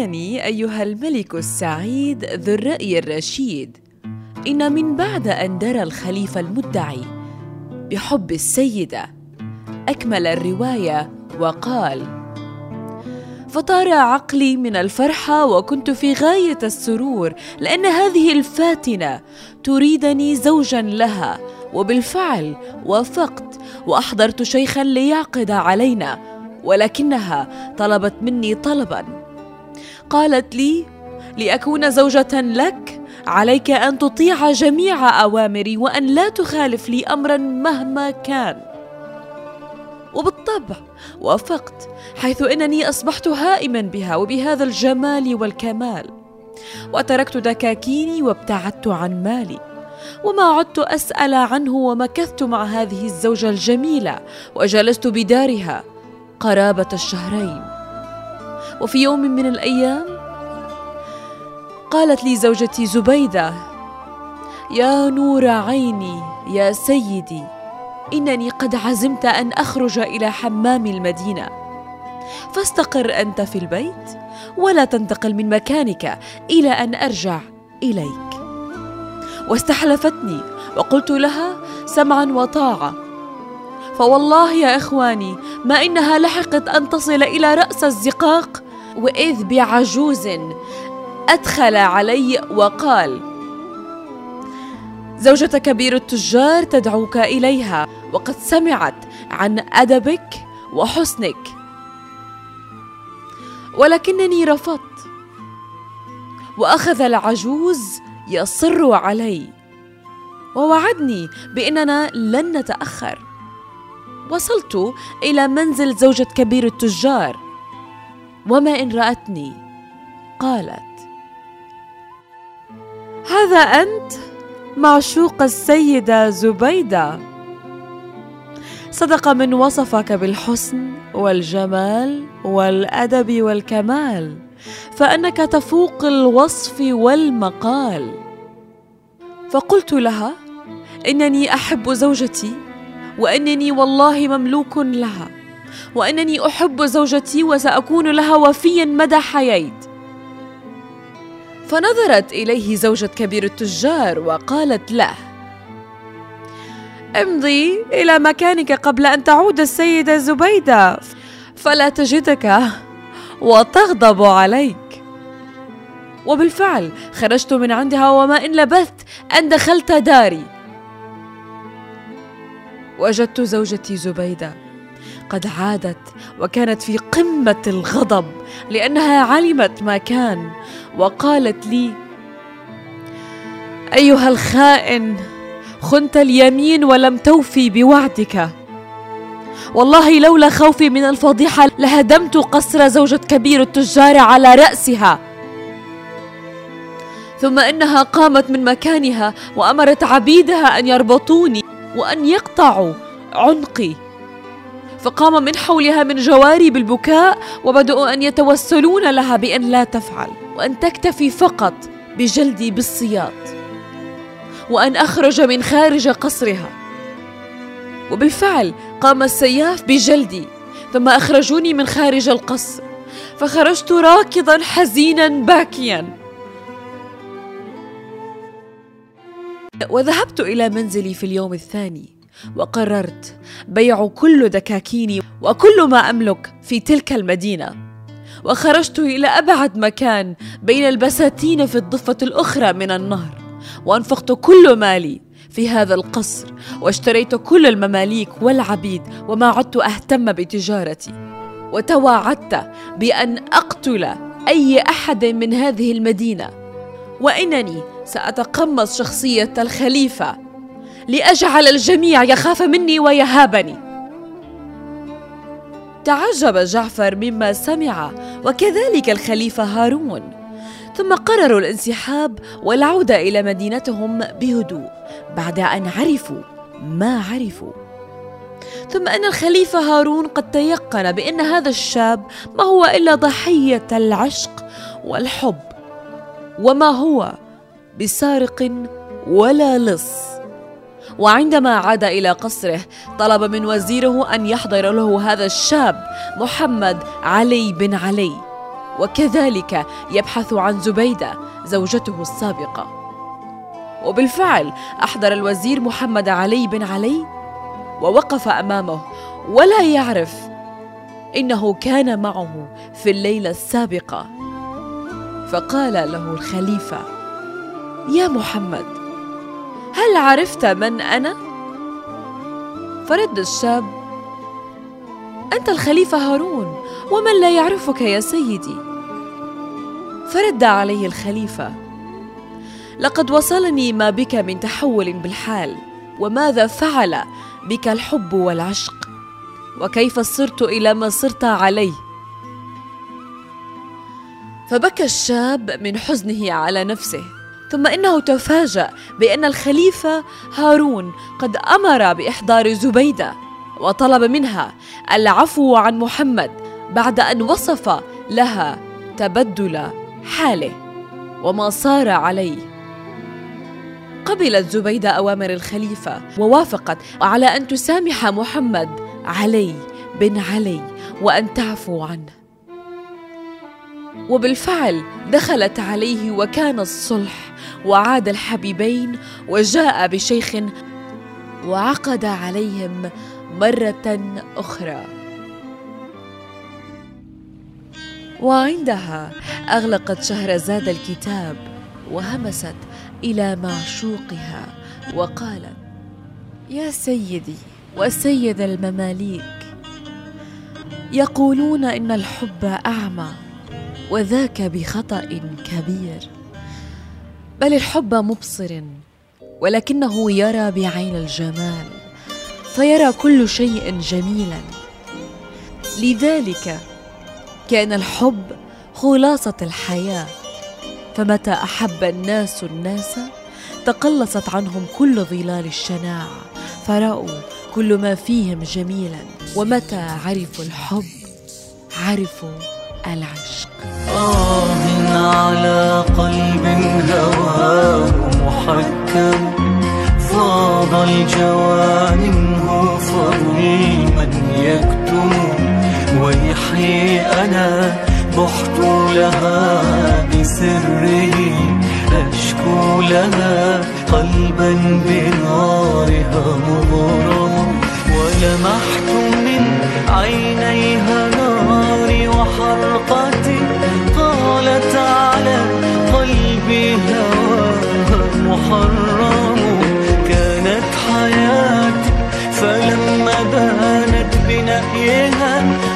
بلغني أيها الملك السعيد ذو الرأي الرشيد إن من بعد أن درى الخليفة المدعي بحب السيدة أكمل الرواية وقال: فطار عقلي من الفرحة وكنت في غاية السرور لأن هذه الفاتنة تريدني زوجا لها، وبالفعل وافقت وأحضرت شيخا ليعقد علينا، ولكنها طلبت مني طلبا. قالت لي: لأكون زوجة لك عليك أن تطيع جميع أوامري وأن لا تخالف لي أمرا مهما كان. وبالطبع وافقت، حيث أنني أصبحت هائما بها وبهذا الجمال والكمال، وتركت دكاكيني وابتعدت عن مالي، وما عدت أسأل عنه، ومكثت مع هذه الزوجة الجميلة وجلست بدارها قرابة الشهرين. وفي يوم من الأيام قالت لي زوجتي زبيدة: يا نور عيني يا سيدي، إنني قد عزمت أن أخرج إلى حمام المدينة، فاستقر أنت في البيت ولا تنتقل من مكانك إلى أن أرجع إليك. واستحلفتني وقلت لها: سمعا وطاعة. فوالله يا إخواني ما إنها لحقت أن تصل إلى رأس الزقاق، وإذ بعجوز أدخل علي وقال: زوجة كبير التجار تدعوك إليها، وقد سمعت عن أدبك وحسنك. ولكنني رفضت، وأخذ العجوز يصر علي ووعدني بأننا لن نتأخر. وصلت إلى منزل زوجة كبير التجار، وما إن رأتني قالت: هذا أنت معشوق السيدة زبيدة، صدق من وصفك بالحسن والجمال والأدب والكمال، فأنك تفوق الوصف والمقال. فقلت لها: إنني أحب زوجتي، وأنني والله مملوك لها، وأنني أحب زوجتي وسأكون لها وفيا مدى حياتي. فنظرت إليه زوجة كبير التجار وقالت له: امضي إلى مكانك قبل أن تعود السيدة زبيدة فلا تجدك وتغضب عليك. وبالفعل خرجت من عندها، وما إن لبثت أن دخلت داري وجدت زوجتي زبيدة قد عادت، وكانت في قمة الغضب لأنها علمت ما كان، وقالت لي: أيها الخائن، خنت اليمين ولم توفي بوعدك، والله لولا خوفي من الفضيحة لهدمت قصر زوجة كبير التجار على رأسها. ثم إنها قامت من مكانها وأمرت عبيدها أن يربطوني وأن يقطعوا عنقي، فقام من حولها من جواري بالبكاء، وبدأوا أن يتوسلون لها بأن لا تفعل، وأن تكتفي فقط بجلدي بالسياط، وأن أخرج من خارج قصرها. وبالفعل قام السياف بجلدي، ثم أخرجوني من خارج القصر، فخرجت راكضا حزينا باكيا. وذهبت إلى منزلي في اليوم الثاني، وقررت بيع كل دكاكيني وكل ما أملك في تلك المدينة، وخرجت إلى أبعد مكان بين البساتين في الضفة الأخرى من النهر، وأنفقت كل مالي في هذا القصر، واشتريت كل المماليك والعبيد، وما عدت أهتم بتجارتي، وتواعدت بأن أقتل أي أحد من هذه المدينة، وإنني سأتقمص شخصية الخليفة لأجعل الجميع يخاف مني ويهابني. تعجب جعفر مما سمع، وكذلك الخليفة هارون، ثم قرروا الانسحاب والعودة إلى مدينتهم بهدوء بعد أن عرفوا ما عرفوا. ثم أن الخليفة هارون قد تيقن بأن هذا الشاب ما هو إلا ضحية العشق والحب، وما هو بسارق ولا لص. وعندما عاد إلى قصره طلب من وزيره أن يحضر له هذا الشاب محمد علي بن علي، وكذلك يبحث عن زبيدة زوجته السابقة. وبالفعل أحضر الوزير محمد علي بن علي ووقف أمامه ولا يعرف إنه كان معه في الليلة السابقة. فقال له الخليفة: يا محمد، هل عرفت من أنا؟ فرد الشاب: أنت الخليفة هارون، ومن لا يعرفك يا سيدي؟ فرد عليه الخليفة: لقد وصلني ما بك من تحول بالحال، وماذا فعل بك الحب والعشق، وكيف صرت إلى ما صرت عليه. فبكى الشاب من حزنه على نفسه، ثم إنه تفاجأ بأن الخليفة هارون قد أمر بإحضار زبيدة وطلب منها العفو عن محمد بعد أن وصف لها تبدل حاله وما صار عليه. قبلت زبيدة أوامر الخليفة ووافقت على أن تسامح محمد علي بن علي وأن تعفو عنه. وبالفعل دخلت عليه وكان الصلح، وعاد الحبيبين وجاء بشيخ وعقد عليهم مرة أخرى. وعندها أغلقت شهرزاد الكتاب وهمست إلى معشوقها وقالت: يا سيدي وسيد المماليك، يقولون إن الحب أعمى، وذاك بخطأ كبير، بل الحب مبصر، ولكنه يرى بعين الجمال، فيرى كل شيء جميلا. لذلك كان الحب خلاصة الحياة، فمتى أحب الناس تقلصت عنهم كل ظلال الشناعة، فرأوا كل ما فيهم جميلا، ومتى عرفوا الحب عرفوا العشق. على قلب هواه محكم، فاض الجوى منه فظلما يكتم، ويحيي أنا بحت لها بسره، أشكو لها قلبا بنارها مغرم، ولمحت من عينيها ناري وحرقتي، قالت على قلبي هواها محرم. كانت حياتي فلما بانت بنأيها